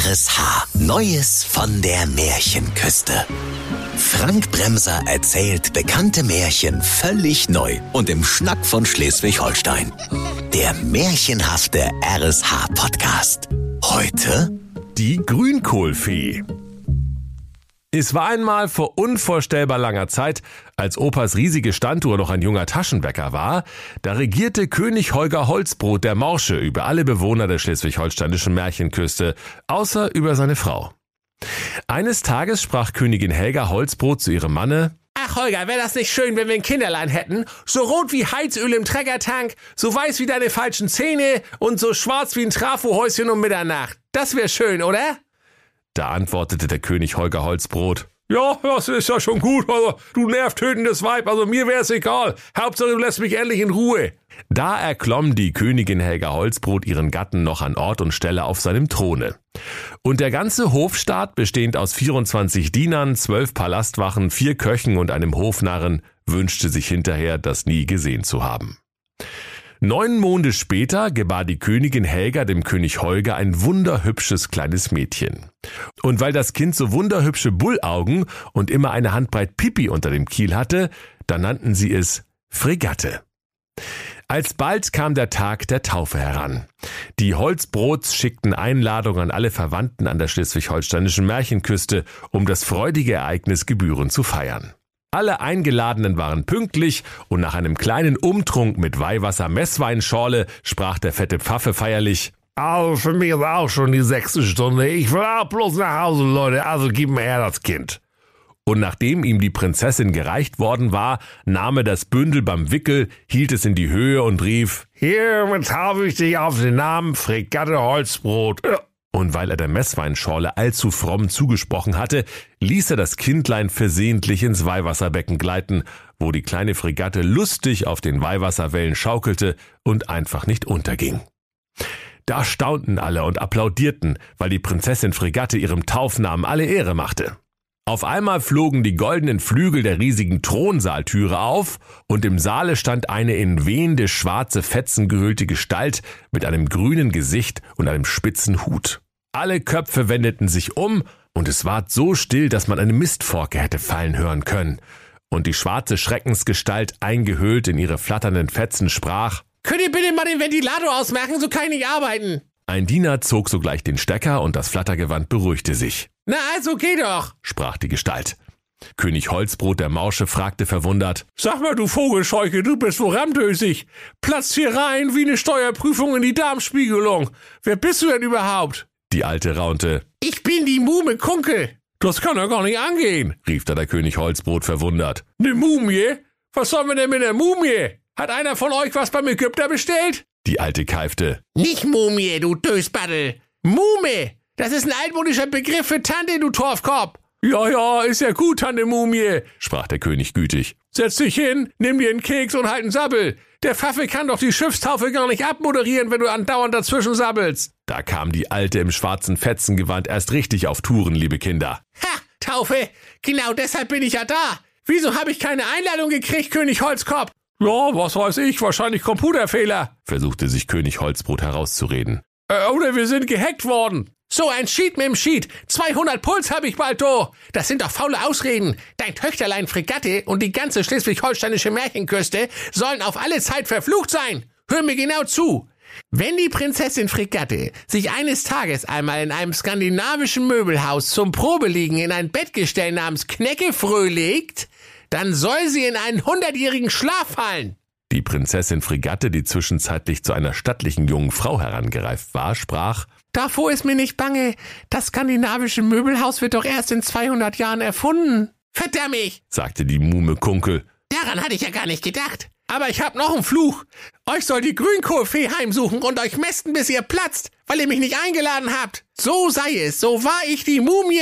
RSH. Neues von der Märchenküste. Frank Bremser erzählt bekannte Märchen völlig neu und im Schnack von Schleswig-Holstein. Der märchenhafte RSH-Podcast. Heute die Grünkohlfee. Es war einmal vor unvorstellbar langer Zeit, als Opas riesige Standuhr noch ein junger Taschenbäcker war, da regierte König Holger Holzbrot der Morsche über alle Bewohner der schleswig-holsteinischen Märchenküste, außer über seine Frau. Eines Tages sprach Königin Helga Holzbrot zu ihrem Manne: Ach Holger, wäre das nicht schön, wenn wir ein Kinderlein hätten? So rot wie Heizöl im Treckertank, so weiß wie deine falschen Zähne und so schwarz wie ein Trafohäuschen um Mitternacht. Das wäre schön, oder? Da antwortete der König Holger Holzbrot: Ja, das ist ja schon gut, also du nervtötendes Weib, also mir wär's egal. Hauptsache du lässt mich endlich in Ruhe. Da erklomm die Königin Helga Holzbrot ihren Gatten noch an Ort und Stelle auf seinem Throne. Und der ganze Hofstaat, bestehend aus 24 Dienern, 12 Palastwachen, 4 Köchen und einem Hofnarren, wünschte sich hinterher, das nie gesehen zu haben. 9 Monde später gebar die Königin Helga dem König Holger ein wunderhübsches kleines Mädchen. Und weil das Kind so wunderhübsche Bullaugen und immer eine Handbreit Pipi unter dem Kiel hatte, da nannten sie es Fregatte. Alsbald kam der Tag der Taufe heran. Die Holzbrots schickten Einladungen an alle Verwandten an der schleswig-holsteinischen Märchenküste, um das freudige Ereignis gebührend zu feiern. Alle Eingeladenen waren pünktlich und nach einem kleinen Umtrunk mit Weihwasser-Messweinschorle sprach der fette Pfaffe feierlich: Also für mich ist auch schon die 6. Stunde. Ich will auch bloß nach Hause, Leute. Also gib mir her das Kind. Und nachdem ihm die Prinzessin gereicht worden war, nahm er das Bündel beim Wickel, hielt es in die Höhe und rief: Hiermit taufe ich dich auf den Namen Fregatte Holzbrot. Und weil er der Messweinschorle allzu fromm zugesprochen hatte, ließ er das Kindlein versehentlich ins Weihwasserbecken gleiten, wo die kleine Fregatte lustig auf den Weihwasserwellen schaukelte und einfach nicht unterging. Da staunten alle und applaudierten, weil die Prinzessin Fregatte ihrem Taufnamen alle Ehre machte. Auf einmal flogen die goldenen Flügel der riesigen Thronsaaltüre auf und im Saale stand eine in wehende schwarze Fetzen gehüllte Gestalt mit einem grünen Gesicht und einem spitzen Hut. Alle Köpfe wendeten sich um und es ward so still, dass man eine Mistforke hätte fallen hören können. Und die schwarze Schreckensgestalt, eingehüllt in ihre flatternden Fetzen, sprach: Könnt ihr bitte mal den Ventilator ausmachen, so kann ich nicht arbeiten. Ein Diener zog sogleich den Stecker und das Flattergewand beruhigte sich. Na also geh doch, sprach die Gestalt. König Holzbrot der Morsche fragte verwundert: Sag mal, du Vogelscheuche, du bist wohl ramdösig. Platzt hier rein wie eine Steuerprüfung in die Darmspiegelung. Wer bist du denn überhaupt? Die Alte raunte: Ich bin die Muhme Kunkel. Das kann doch gar nicht angehen, rief da der König Holzbrot verwundert. Eine Mumie? Was sollen wir denn mit der Mumie? Hat einer von euch was beim Ägypter bestellt? Die Alte keifte: Nicht Mumie, du Dösbaddel. Muhme. Das ist ein altmodischer Begriff für Tante, du Torfkorb. Ja, ist ja gut, Tante Mumie, sprach der König gütig. Setz dich hin, nimm dir einen Keks und halt einen Sabbel. Der Pfaffe kann doch die Schiffstaufe gar nicht abmoderieren, wenn du andauernd dazwischen sabbelst. Da kam die Alte im schwarzen Fetzengewand erst richtig auf Touren, liebe Kinder. Ha, Taufe, genau deshalb bin ich ja da. Wieso habe ich keine Einladung gekriegt, König Holzkopf? Ja, was weiß ich, wahrscheinlich Computerfehler, versuchte sich König Holzbrot herauszureden. Oder wir sind gehackt worden. So ein Schied mit dem Schied. 200 Puls hab ich bald, do. Das sind doch faule Ausreden. Dein Töchterlein Fregatte und die ganze schleswig-holsteinische Märchenküste sollen auf alle Zeit verflucht sein. Hör mir genau zu. Wenn die Prinzessin Fregatte sich eines Tages einmal in einem skandinavischen Möbelhaus zum Probeliegen in ein Bettgestell namens Kneckefröh legt, dann soll sie in einen 100-jährigen Schlaf fallen. Die Prinzessin Fregatte, die zwischenzeitlich zu einer stattlichen jungen Frau herangereift war, sprach: Davor ist mir nicht bange. Das skandinavische Möbelhaus wird doch erst in 200 Jahren erfunden. Verdammt, sagte die Muhme Kunkel. Daran hatte ich ja gar nicht gedacht. Aber ich hab noch einen Fluch. Euch soll die Grünkohlfee heimsuchen und euch mästen, bis ihr platzt, weil ihr mich nicht eingeladen habt. So sei es, so wahr ich die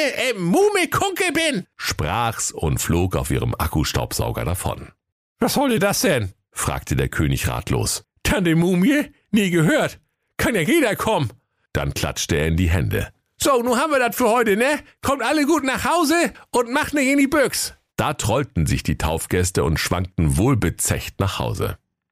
Muhme Kunkel bin, sprach's und flog auf ihrem Akkustaubsauger davon. Was soll dir das denn? fragte der König ratlos. Tante Mumie? Nie gehört. Kann ja jeder kommen. Dann klatschte er in die Hände. So, nun haben wir das für heute, ne? Kommt alle gut nach Hause und macht nicht in die Büchs. Da trollten sich die Taufgäste und schwankten wohlbezecht nach Hause.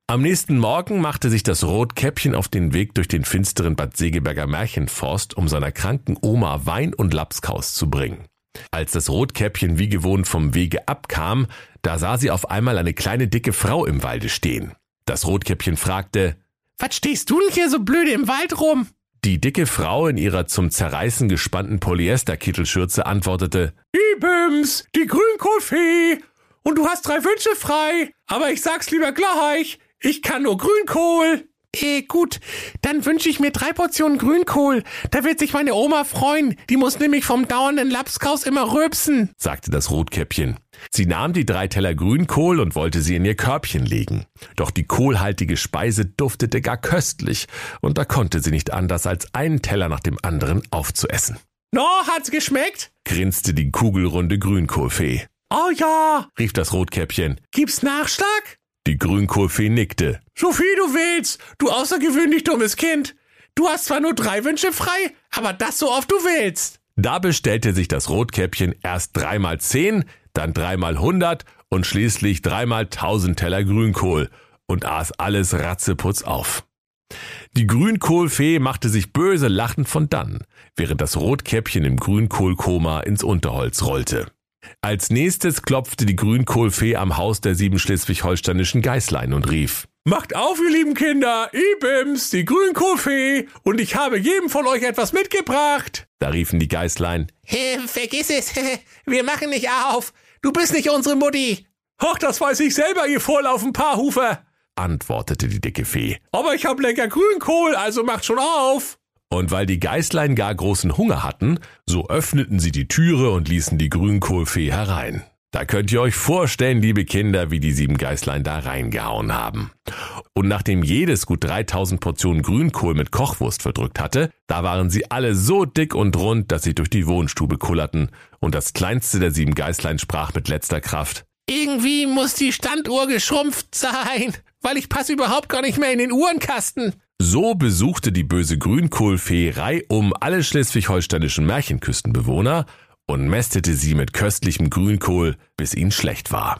Am nächsten Morgen machte sich das Rotkäppchen auf den Weg durch den finsteren Bad Segeberger Märchenforst, um seiner kranken Oma Wein und Lapskaus zu bringen. Als das Rotkäppchen wie gewohnt vom Wege abkam, da sah sie auf einmal eine kleine dicke Frau im Walde stehen. Das Rotkäppchen fragte: Was stehst du denn hier so blöde im Wald rum? Die dicke Frau in ihrer zum Zerreißen gespannten Polyester-Kittelschürze antwortete: Ibims, die Grünkohlfee. Und du hast 3 Wünsche frei. Aber ich sag's lieber gleich, ich kann nur Grünkohl. Gut, dann wünsche ich mir 3 Portionen Grünkohl. Da wird sich meine Oma freuen. Die muss nämlich vom dauernden Lapskaus immer rülpsen, sagte das Rotkäppchen. Sie nahm die 3 Teller Grünkohl und wollte sie in ihr Körbchen legen. Doch die kohlhaltige Speise duftete gar köstlich und da konnte sie nicht anders, als einen Teller nach dem anderen aufzuessen. No, hat's geschmeckt? Grinste die kugelrunde Grünkohlfee. Oh ja, rief das Rotkäppchen. Gibt's Nachschlag? Die Grünkohlfee nickte. So viel du willst, du außergewöhnlich dummes Kind. Du hast zwar nur 3 Wünsche frei, aber das so oft du willst. Da bestellte sich das Rotkäppchen erst 3 mal 10, dann 3 mal 100 und schließlich 3 mal 1000 Teller Grünkohl und aß alles ratzeputz auf. Die Grünkohlfee machte sich böse lachend von dannen, während das Rotkäppchen im Grünkohlkoma ins Unterholz rollte. Als nächstes klopfte die Grünkohlfee am Haus der 7 schleswig-holsteinischen Geißlein und rief: Macht auf, ihr lieben Kinder, Ibims, die Grünkohlfee, und ich habe jedem von euch etwas mitgebracht. Da riefen die Geißlein: Vergiss es, wir machen nicht auf, du bist nicht unsere Mutti. Ach, das weiß ich selber, ihr vorlaufen Paarhufer, antwortete die dicke Fee. Aber ich hab lecker Grünkohl, also macht schon auf. Und weil die Geißlein gar großen Hunger hatten, so öffneten sie die Türe und ließen die Grünkohlfee herein. Da könnt ihr euch vorstellen, liebe Kinder, wie die 7 Geißlein da reingehauen haben. Und nachdem jedes gut 3000 Portionen Grünkohl mit Kochwurst verdrückt hatte, da waren sie alle so dick und rund, dass sie durch die Wohnstube kullerten. Und das kleinste der 7 Geißlein sprach mit letzter Kraft: Irgendwie muss die Standuhr geschrumpft sein, weil ich passe überhaupt gar nicht mehr in den Uhrenkasten. So besuchte die böse Grünkohlfee reihum alle schleswig-holsteinischen Märchenküstenbewohner und mästete sie mit köstlichem Grünkohl, bis ihnen schlecht war.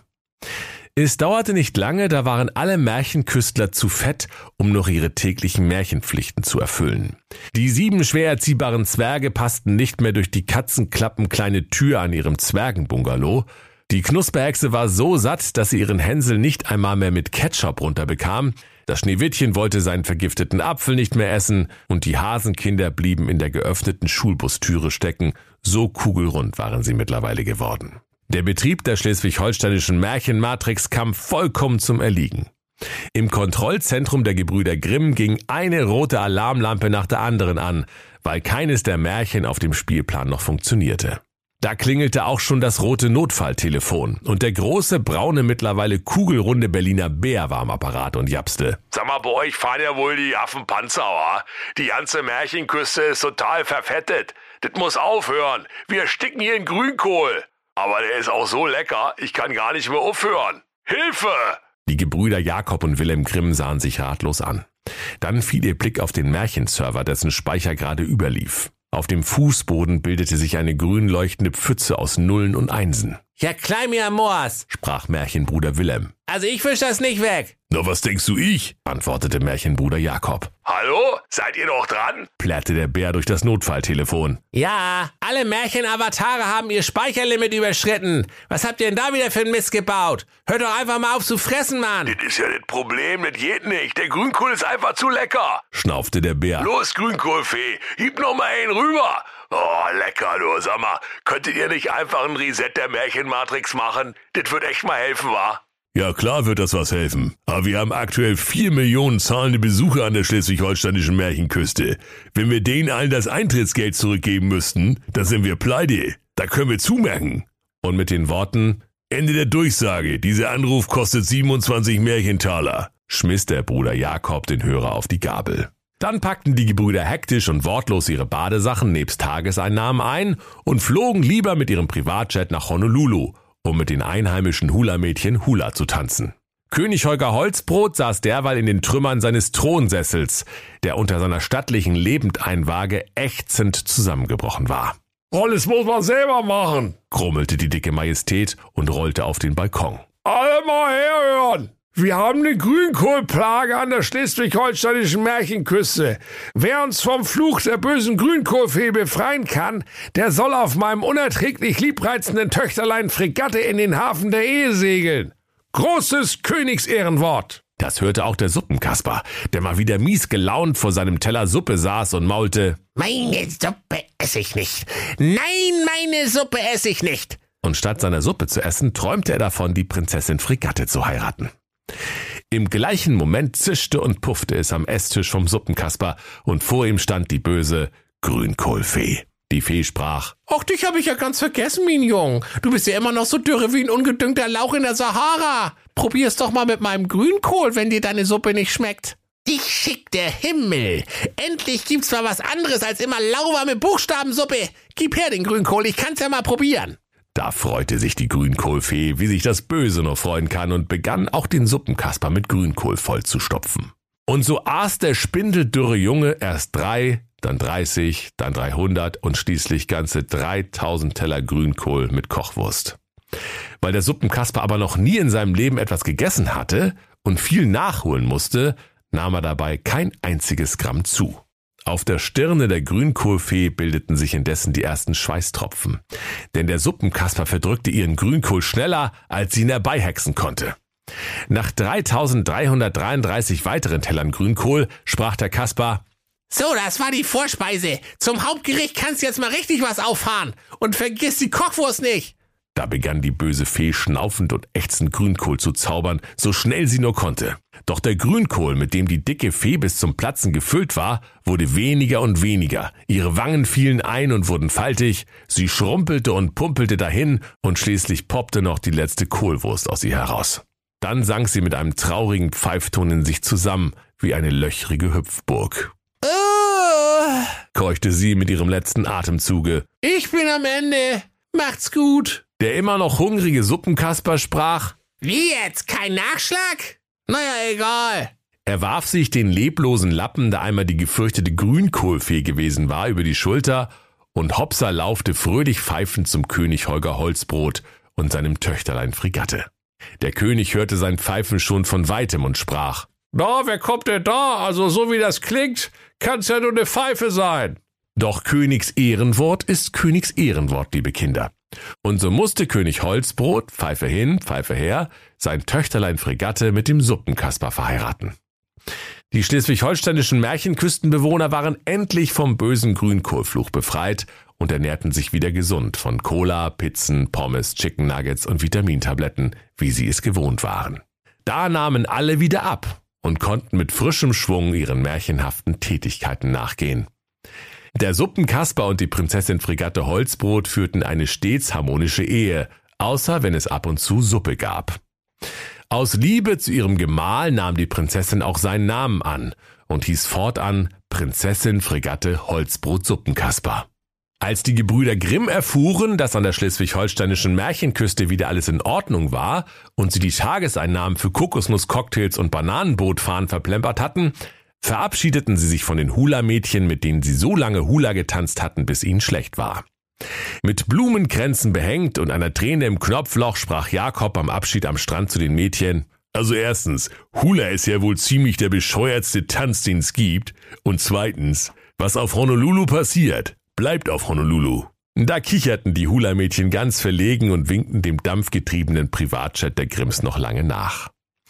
Es dauerte nicht lange, da waren alle Märchenküstler zu fett, um noch ihre täglichen Märchenpflichten zu erfüllen. Die 7 schwer erziehbaren Zwerge passten nicht mehr durch die katzenklappenkleine Tür an ihrem Zwergenbungalow. Die Knusperhexe war so satt, dass sie ihren Hänsel nicht einmal mehr mit Ketchup runterbekam. Das Schneewittchen wollte seinen vergifteten Apfel nicht mehr essen und die Hasenkinder blieben in der geöffneten Schulbustüre stecken. So kugelrund waren sie mittlerweile geworden. Der Betrieb der schleswig-holsteinischen Märchenmatrix kam vollkommen zum Erliegen. Im Kontrollzentrum der Gebrüder Grimm ging eine rote Alarmlampe nach der anderen an, weil keines der Märchen auf dem Spielplan noch funktionierte. Da klingelte auch schon das rote Notfalltelefon und der große, braune, mittlerweile kugelrunde Berliner Bär war am Apparat und japste. Sag mal, bei euch fahren ja wohl die Affenpanzer, wa? Die ganze Märchenküste ist total verfettet. Das muss aufhören. Wir ersticken hier in Grünkohl. Aber der ist auch so lecker, ich kann gar nicht mehr aufhören. Hilfe! Die Gebrüder Jakob und Wilhelm Grimm sahen sich ratlos an. Dann fiel ihr Blick auf den Märchenserver, dessen Speicher gerade überlief. Auf dem Fußboden bildete sich eine grün leuchtende Pfütze aus Nullen und Einsen. Ja, klein mir am Moas, sprach Märchenbruder Wilhelm. Also ich wisch das nicht weg. Na, was denkst du ich? Antwortete Märchenbruder Jakob. Hallo? Seid ihr noch dran? Plärrte der Bär durch das Notfalltelefon. Ja, alle Märchenavatare haben ihr Speicherlimit überschritten. Was habt ihr denn da wieder für ein Mist gebaut? Hört doch einfach mal auf zu fressen, Mann. Das ist ja das Problem, das geht nicht. Der Grünkohl ist einfach zu lecker. Schnaufte der Bär. Los, Grünkohlfee, gib noch mal einen rüber. Oh, lecker, du. Sag mal, könntet ihr nicht einfach ein Reset der Märchenmatrix machen? Das wird echt mal helfen, wa? Ja, klar wird das was helfen. Aber wir haben aktuell 4 Millionen zahlende Besucher an der schleswig-holsteinischen Märchenküste. Wenn wir denen allen das Eintrittsgeld zurückgeben müssten, dann sind wir pleite. Da können wir zumerken. Und mit den Worten: Ende der Durchsage, dieser Anruf kostet 27 Märchentaler, schmiss der Bruder Jakob den Hörer auf die Gabel. Dann packten die Gebrüder hektisch und wortlos ihre Badesachen nebst Tageseinnahmen ein und flogen lieber mit ihrem Privatjet nach Honolulu, um mit den einheimischen Hula-Mädchen Hula zu tanzen. König Holger Holzbrot saß derweil in den Trümmern seines Thronsessels, der unter seiner stattlichen Lebendeinwaage ächzend zusammengebrochen war. Alles muss man selber machen, grummelte die dicke Majestät und rollte auf den Balkon. Alle mal herhören. Wir haben eine Grünkohlplage an der schleswig-holsteinischen Märchenküste. Wer uns vom Fluch der bösen Grünkohlfee befreien kann, der soll auf meinem unerträglich liebreizenden Töchterlein Fregatte in den Hafen der Ehe segeln. Großes Königsehrenwort. Das hörte auch der Suppenkasper, der mal wieder mies gelaunt vor seinem Teller Suppe saß und maulte: Meine Suppe esse ich nicht. Nein, meine Suppe esse ich nicht. Und statt seiner Suppe zu essen, träumte er davon, die Prinzessin Fregatte zu heiraten. Im gleichen Moment zischte und puffte es am Esstisch vom Suppenkasper und vor ihm stand die böse Grünkohlfee. Die Fee sprach: Ach, dich habe ich ja ganz vergessen, Mignon. Du bist ja immer noch so dürre wie ein ungedüngter Lauch in der Sahara. Probier's doch mal mit meinem Grünkohl, wenn dir deine Suppe nicht schmeckt. Ich schick der Himmel. Endlich gibt's mal was anderes als immer lauwarme Buchstabensuppe. Gib her den Grünkohl, ich kann's ja mal probieren. Da freute sich die Grünkohlfee, wie sich das Böse nur freuen kann, und begann auch den Suppenkasper mit Grünkohl vollzustopfen. Und so aß der spindeldürre Junge erst 3, dann 30, dann 300 und schließlich ganze 3000 Teller Grünkohl mit Kochwurst. Weil der Suppenkasper aber noch nie in seinem Leben etwas gegessen hatte und viel nachholen musste, nahm er dabei kein einziges Gramm zu. Auf der Stirne der Grünkohlfee bildeten sich indessen die ersten Schweißtropfen, denn der Suppenkasper verdrückte ihren Grünkohl schneller, als sie ihn herbeihexen konnte. Nach 3333 weiteren Tellern Grünkohl sprach der Kasper: So, das war die Vorspeise. Zum Hauptgericht kannst du jetzt mal richtig was auffahren. Und vergiss die Kochwurst nicht. Da begann die böse Fee schnaufend und ächzend Grünkohl zu zaubern, so schnell sie nur konnte. Doch der Grünkohl, mit dem die dicke Fee bis zum Platzen gefüllt war, wurde weniger und weniger. Ihre Wangen fielen ein und wurden faltig, sie schrumpelte und pumpelte dahin und schließlich poppte noch die letzte Kohlwurst aus ihr heraus. Dann sank sie mit einem traurigen Pfeifton in sich zusammen, wie eine löchrige Hüpfburg. Keuchte sie mit ihrem letzten Atemzuge. Ich bin am Ende. Macht's gut. Der immer noch hungrige Suppenkasper sprach: Wie jetzt? Kein Nachschlag? Naja, egal. Er warf sich den leblosen Lappen, der einmal die gefürchtete Grünkohlfee gewesen war, über die Schulter und hopsa laufte fröhlich pfeifend zum König Holger Holzbrot und seinem Töchterlein Fregatte. Der König hörte sein Pfeifen schon von weitem und sprach: Na, wer kommt denn da? Also so wie das klingt, kann's ja nur eine Pfeife sein. Doch Königs Ehrenwort ist Königs Ehrenwort, liebe Kinder. Und so musste König Holzbrot, Pfeife hin, Pfeife her, sein Töchterlein Fregatte mit dem Suppenkasper verheiraten. Die schleswig-holsteinischen Märchenküstenbewohner waren endlich vom bösen Grünkohlfluch befreit und ernährten sich wieder gesund von Cola, Pizzen, Pommes, Chicken Nuggets und Vitamintabletten, wie sie es gewohnt waren. Da nahmen alle wieder ab und konnten mit frischem Schwung ihren märchenhaften Tätigkeiten nachgehen. Der Suppenkasper und die Prinzessin Fregatte Holzbrot führten eine stets harmonische Ehe, außer wenn es ab und zu Suppe gab. Aus Liebe zu ihrem Gemahl nahm die Prinzessin auch seinen Namen an und hieß fortan Prinzessin Fregatte Holzbrot Suppenkasper. Als die Gebrüder Grimm erfuhren, dass an der schleswig-holsteinischen Märchenküste wieder alles in Ordnung war und sie die Tageseinnahmen für Kokosnuss-Cocktails und Bananenbootfahren verplempert hatten, verabschiedeten sie sich von den Hula-Mädchen, mit denen sie so lange Hula getanzt hatten, bis ihnen schlecht war. Mit Blumenkränzen behängt und einer Träne im Knopfloch sprach Jakob am Abschied am Strand zu den Mädchen: Also erstens, Hula ist ja wohl ziemlich der bescheuertste Tanz, den es gibt. Und zweitens, was auf Honolulu passiert, bleibt auf Honolulu. Da kicherten die Hula-Mädchen ganz verlegen und winkten dem dampfgetriebenen Privatjet der Grimms noch lange nach.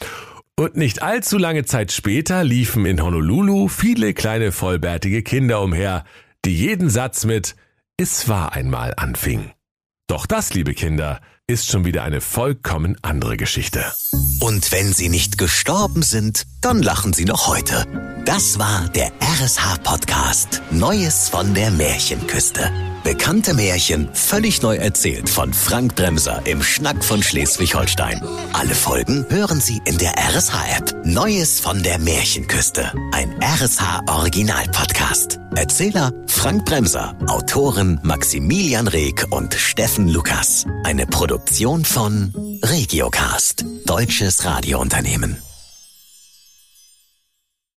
Und nicht allzu lange Zeit später liefen in Honolulu viele kleine vollbärtige Kinder umher, die jeden Satz mit »Es war einmal« anfingen. Doch das, liebe Kinder, ist schon wieder eine vollkommen andere Geschichte. Und wenn sie nicht gestorben sind, dann lachen sie noch heute. Das war der RSH-Podcast Neues von der Märchenküste. Bekannte Märchen völlig neu erzählt von Frank Bremser im Schnack von Schleswig-Holstein. Alle Folgen hören Sie in der RSH-App. Neues von der Märchenküste. Ein RSH-Original-Podcast. Erzähler Frank Bremser. Autoren Maximilian Reg und Steffen Lukas. Eine Produktion von Regiocast. Deutsches Radiounternehmen.